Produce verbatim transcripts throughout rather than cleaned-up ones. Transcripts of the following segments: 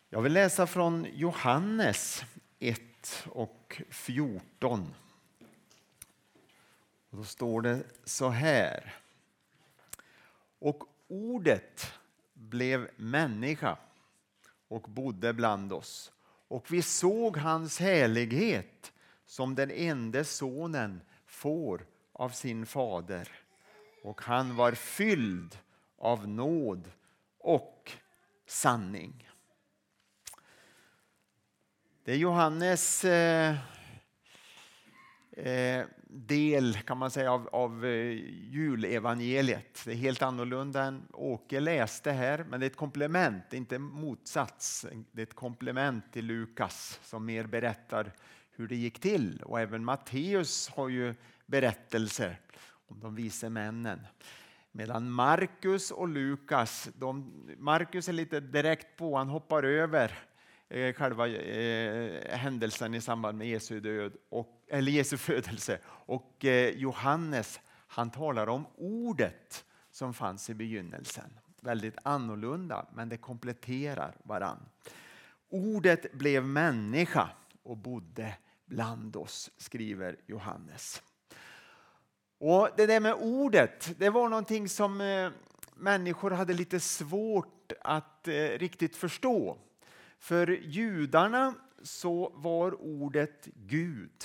Jag vill läsa från Johannes ett och fjorton. Och då står det så här. Och ordet blev människa och bodde bland oss. Och vi såg hans härlighet som den enda sonen får av sin fader. Och han var fylld av nåd och sanning. Det är Johannes eh, eh, del kan man säga av, av eh, julevangeliet. Det är helt annorlunda än Åke läste här, men det är ett komplement, inte motsats. Det är ett komplement till Lukas som mer berättar hur det gick till. Och även Matteus har ju berättelser om de vise männen. Medan Markus och Lukas, de, Markus är lite direkt på, han hoppar över eh, själva eh, händelsen i samband med Jesu död och, eller Jesu födelse. Och eh, Johannes, han talar om ordet som fanns i begynnelsen. Väldigt annorlunda, men det kompletterar varann. Ordet blev människa och bodde bland oss, skriver Johannes. Och det där med ordet, det var någonting som eh, människor hade lite svårt att eh, riktigt förstå. För judarna så var ordet Gud.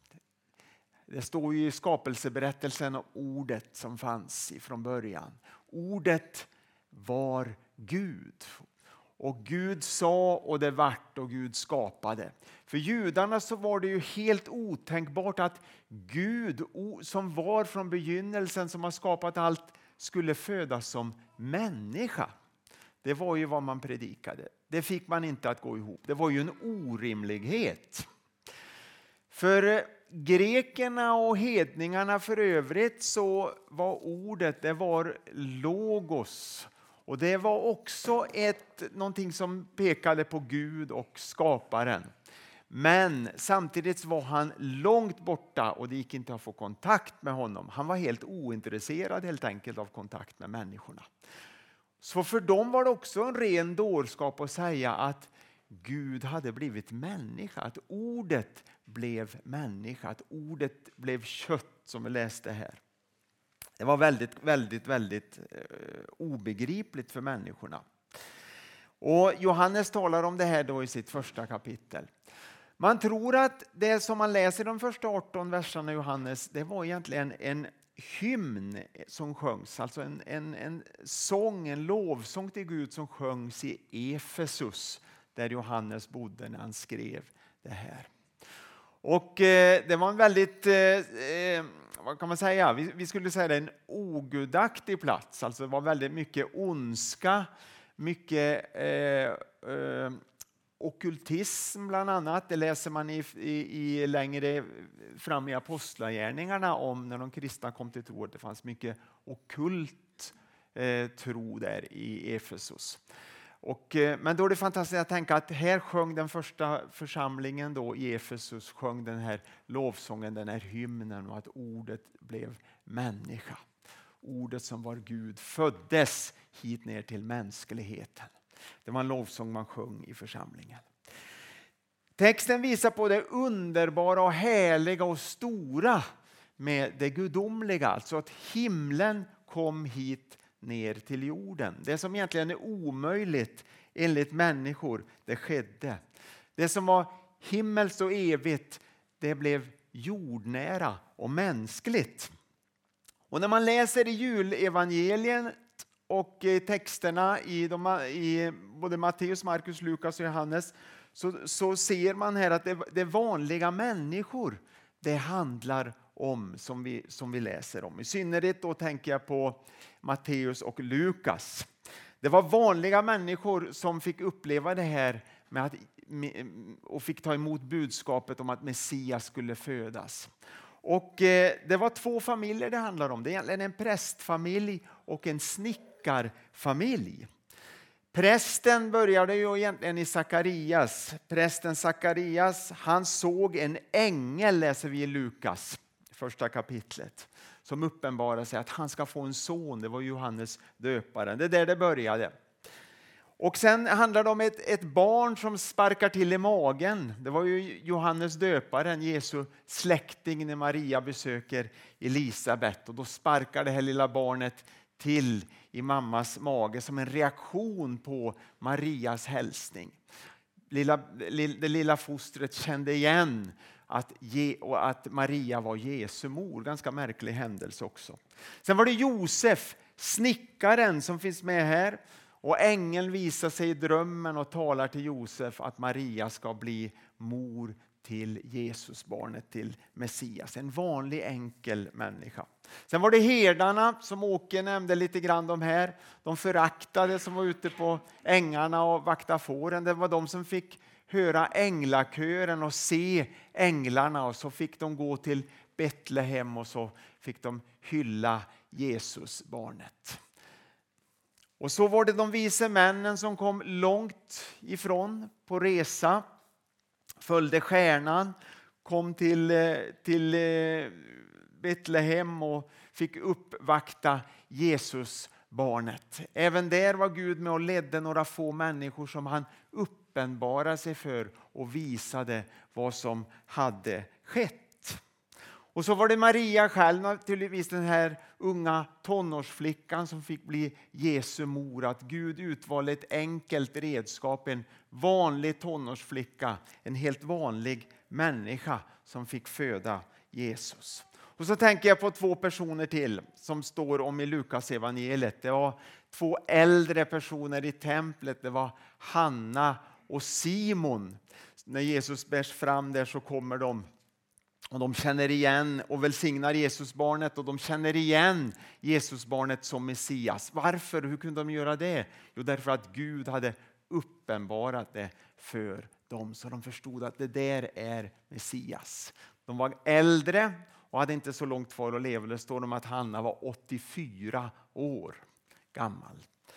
Det står ju i skapelseberättelsen om ordet som fanns från början. Ordet var Gud. Och Gud sa och det vart och Gud skapade. För judarna så var det ju helt otänkbart att Gud som var från begynnelsen, som har skapat allt, skulle födas som människa. Det var ju vad man predikade. Det fick man inte att gå ihop. Det var ju en orimlighet. För grekerna och hedningarna för övrigt så var ordet, det var logos. Och det var också ett, någonting som pekade på Gud och skaparen. Men samtidigt var han långt borta och det gick inte att få kontakt med honom. Han var helt ointresserad helt enkelt av kontakt med människorna. Så för dem var det också en ren dårskap att säga att Gud hade blivit människa. Att ordet blev människa. Att ordet blev kött, som vi läste här. Det var väldigt, väldigt, väldigt eh, obegripligt för människorna. Och Johannes talar om det här då i sitt första kapitel. Man tror att det som man läser de första arton verserna i Johannes, det var egentligen en hymn som sjöngs. Alltså en, en, en sång, en lovsång till Gud som sjöngs i Efesus, där Johannes bodde när han skrev det här. Och eh, det var en väldigt... Eh, vad kan man säga? Vi, vi skulle säga det en ogudaktig plats. Alltså det var väldigt mycket ondska, mycket eh, eh, ockultism bland annat. Det läser man i, i, i längre fram i apostlagärningarna om när de kristna kom till tro. Det fanns mycket ockult eh, tro där i Efesus. Och, men då är det fantastiskt att tänka att här sjöng den första församlingen då i Efesus, sjöng den här lovsången, den här hymnen, och att ordet blev människa. Ordet som var Gud föddes hit ner till mänskligheten. Det var en lovsång man sjöng i församlingen. Texten visar på det underbara och härliga och stora med det gudomliga. Alltså att himlen kom hit ner till jorden. Det som egentligen är omöjligt enligt människor, det skedde. Det som var himmelskt och evigt, det blev jordnära och mänskligt. Och när man läser i julevangelien och texterna i, de, i både Matteus, Markus, Lukas och Johannes, så, så ser man här att det, det är vanliga människor det handlar om som vi, som vi läser om. I synnerhet då tänker jag på Matteus och Lukas. Det var vanliga människor som fick uppleva det här med att, och fick ta emot budskapet om att Messias skulle födas. Och eh, det var två familjer det handlar om. Det är egentligen en prästfamilj och en snickarfamilj. Prästen började ju egentligen i Sakarias. Prästen Sakarias, han såg en ängel, läser vi i Lukas, första kapitlet, som uppenbarar sig att han ska få en son. Det var Johannes döparen. Det är där det började. Och sen handlar det om ett, ett barn som sparkar till i magen. Det var ju Johannes döparen, Jesu släkting, när Maria besöker Elisabet. Och då sparkar det här lilla barnet till i mammas mage som en reaktion på Marias hälsning. Lilla, det lilla fostret kände igen att, ge, och att Maria var Jesu mor. Ganska märklig händelse också. Sen var det Josef, snickaren, som finns med här. Och ängeln visar sig i drömmen och talar till Josef att Maria ska bli mor till Jesusbarnet, till Messias. En vanlig enkel människa. Sen var det herdarna som Åke nämnde lite grann de här. De föraktade som var ute på ängarna och vakta fåren. Det var de som fick höra änglakören och se änglarna, och så fick de gå till Betlehem och så fick de hylla Jesusbarnet. Och så var det de vise männen som kom långt ifrån på resa, följde stjärnan, kom till, till Betlehem och fick uppvakta Jesusbarnet. Även där var Gud med och ledde några få människor som han uppenbarade sig för och visade vad som hade skett. Och så var det Maria själv, naturligtvis den här unga tonårsflickan som fick bli Jesu mor. Att Gud utvalde ett enkelt redskap, en vanlig tonårsflicka, en helt vanlig människa som fick föda Jesus. Och så tänker jag på två personer till som står om i Lukas evangeliet. Det var två äldre personer i templet. Det var Hanna och Simon. När Jesus bärs fram där så kommer de. Och de känner igen och välsignar Jesusbarnet, och de känner igen Jesusbarnet som Messias. Varför? Hur kunde de göra det? Jo, därför att Gud hade uppenbarat det för dem, så de förstod att det där är Messias. De var äldre och hade inte så långt kvar att leva. Det står om att Hanna var åttiofyra år gammal.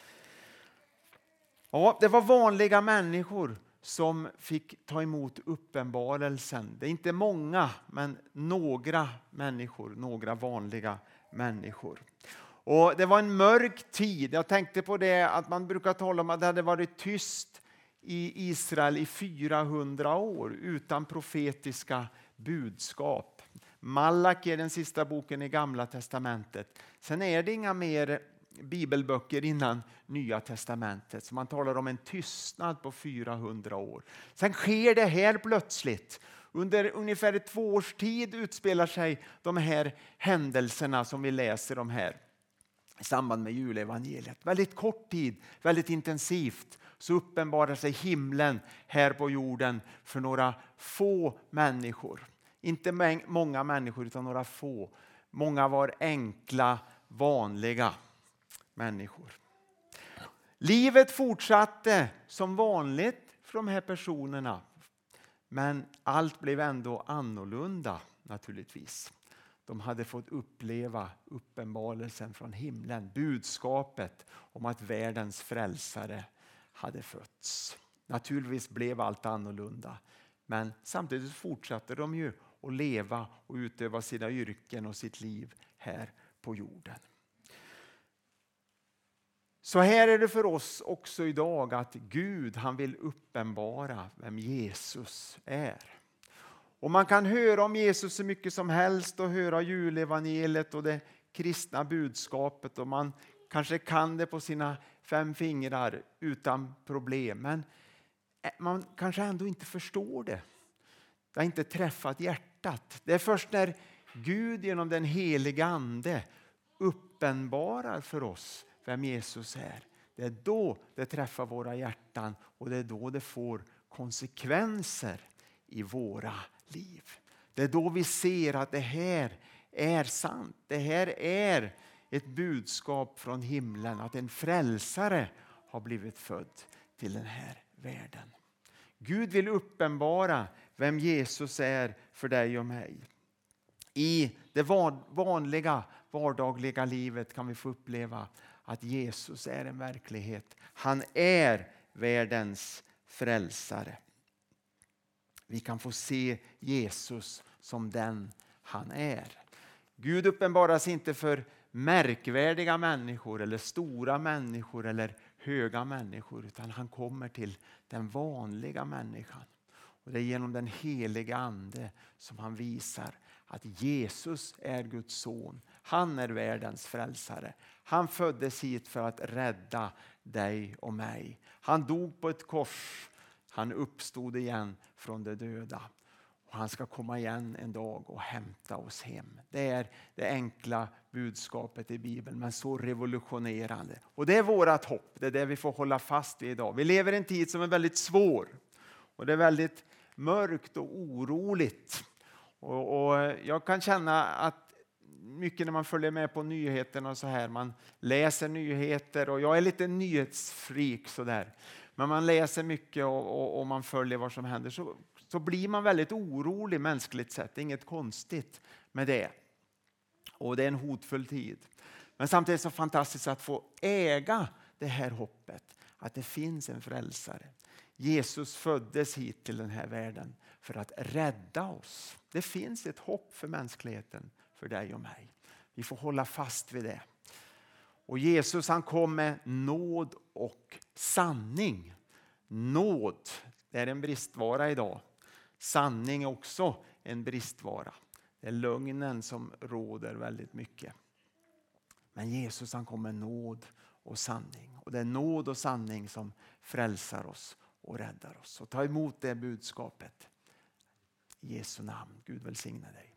Ja, det var vanliga människor som fick ta emot uppenbarelsen. Det är inte många, men några människor, några vanliga människor. Och det var en mörk tid. Jag tänkte på det att man brukar tala om att det hade varit tyst i Israel i fyrahundra år utan profetiska budskap. Malaki är den sista boken i Gamla testamentet. Sen är det inga mer bibelböcker innan Nya testamentet. Så man talar om en tystnad på fyrahundra år. Sen sker det här plötsligt. Under ungefär ett två års tid utspelar sig de här händelserna som vi läser om här i samband med julevangeliet. Väldigt kort tid, väldigt intensivt, så uppenbarar sig himlen här på jorden för några få människor. Inte många människor utan några få. Många var enkla, vanliga människor. Livet fortsatte som vanligt för de här personerna. Men allt blev ändå annorlunda naturligtvis. De hade fått uppleva uppenbarelsen från himlen. Budskapet om att världens frälsare hade fötts. Naturligtvis blev allt annorlunda. Men samtidigt fortsatte de ju att leva och utöva sina yrken och sitt liv här på jorden. Så här är det för oss också idag, att Gud, han vill uppenbara vem Jesus är. Och man kan höra om Jesus så mycket som helst och höra julevangeliet och det kristna budskapet, och man kanske kan det på sina fem fingrar utan problem. Men man kanske ändå inte förstår det. Det har inte träffat hjärtat. Det är först när Gud genom den heliga ande uppenbarar för oss vem Jesus är. Det är då det träffar våra hjärtan, och det är då det får konsekvenser i våra liv. Det är då vi ser att det här är sant. Det här är ett budskap från himlen, att en frälsare har blivit född till den här världen. Gud vill uppenbara vem Jesus är för dig och mig. I det vanliga, vardagliga livet kan vi få uppleva att Jesus är en verklighet. Han är världens frälsare. Vi kan få se Jesus som den han är. Gud uppenbaras inte för märkvärdiga människor eller stora människor eller höga människor, utan han kommer till den vanliga människan. Och det är genom den heliga ande som han visar att Jesus är Guds son. Han är världens frälsare. Han föddes hit för att rädda dig och mig. Han dog på ett kors. Han uppstod igen från de döda. Och han ska komma igen en dag och hämta oss hem. Det är det enkla budskapet i Bibeln, men så revolutionerande. Och det är vårat hopp. Det är det vi får hålla fast vid idag. Vi lever i en tid som är väldigt svår. Och det är väldigt mörkt och oroligt. Och, och jag kan känna att mycket när man följer med på nyheterna och så här, man läser nyheter, och jag är lite nyhetsfreak så där. Men man läser mycket och, och, och man följer vad som händer, så, så blir man väldigt orolig mänskligt sett. Det är inget konstigt med det. Och det är en hotfull tid. Men samtidigt är det så fantastiskt att få äga det här hoppet. Att det finns en frälsare. Jesus föddes hit till den här världen för att rädda oss. Det finns ett hopp för mänskligheten, för dig och mig. Vi får hålla fast vid det. Och Jesus, han kom med nåd och sanning. Nåd, det är en bristvara idag. Sanning är också en bristvara. Det är lögnen som råder väldigt mycket. Men Jesus, han kom med nåd och sanning. Och det är nåd och sanning som frälsar oss och räddar oss. Och ta emot det budskapet. I Jesu namn. Gud välsigne dig.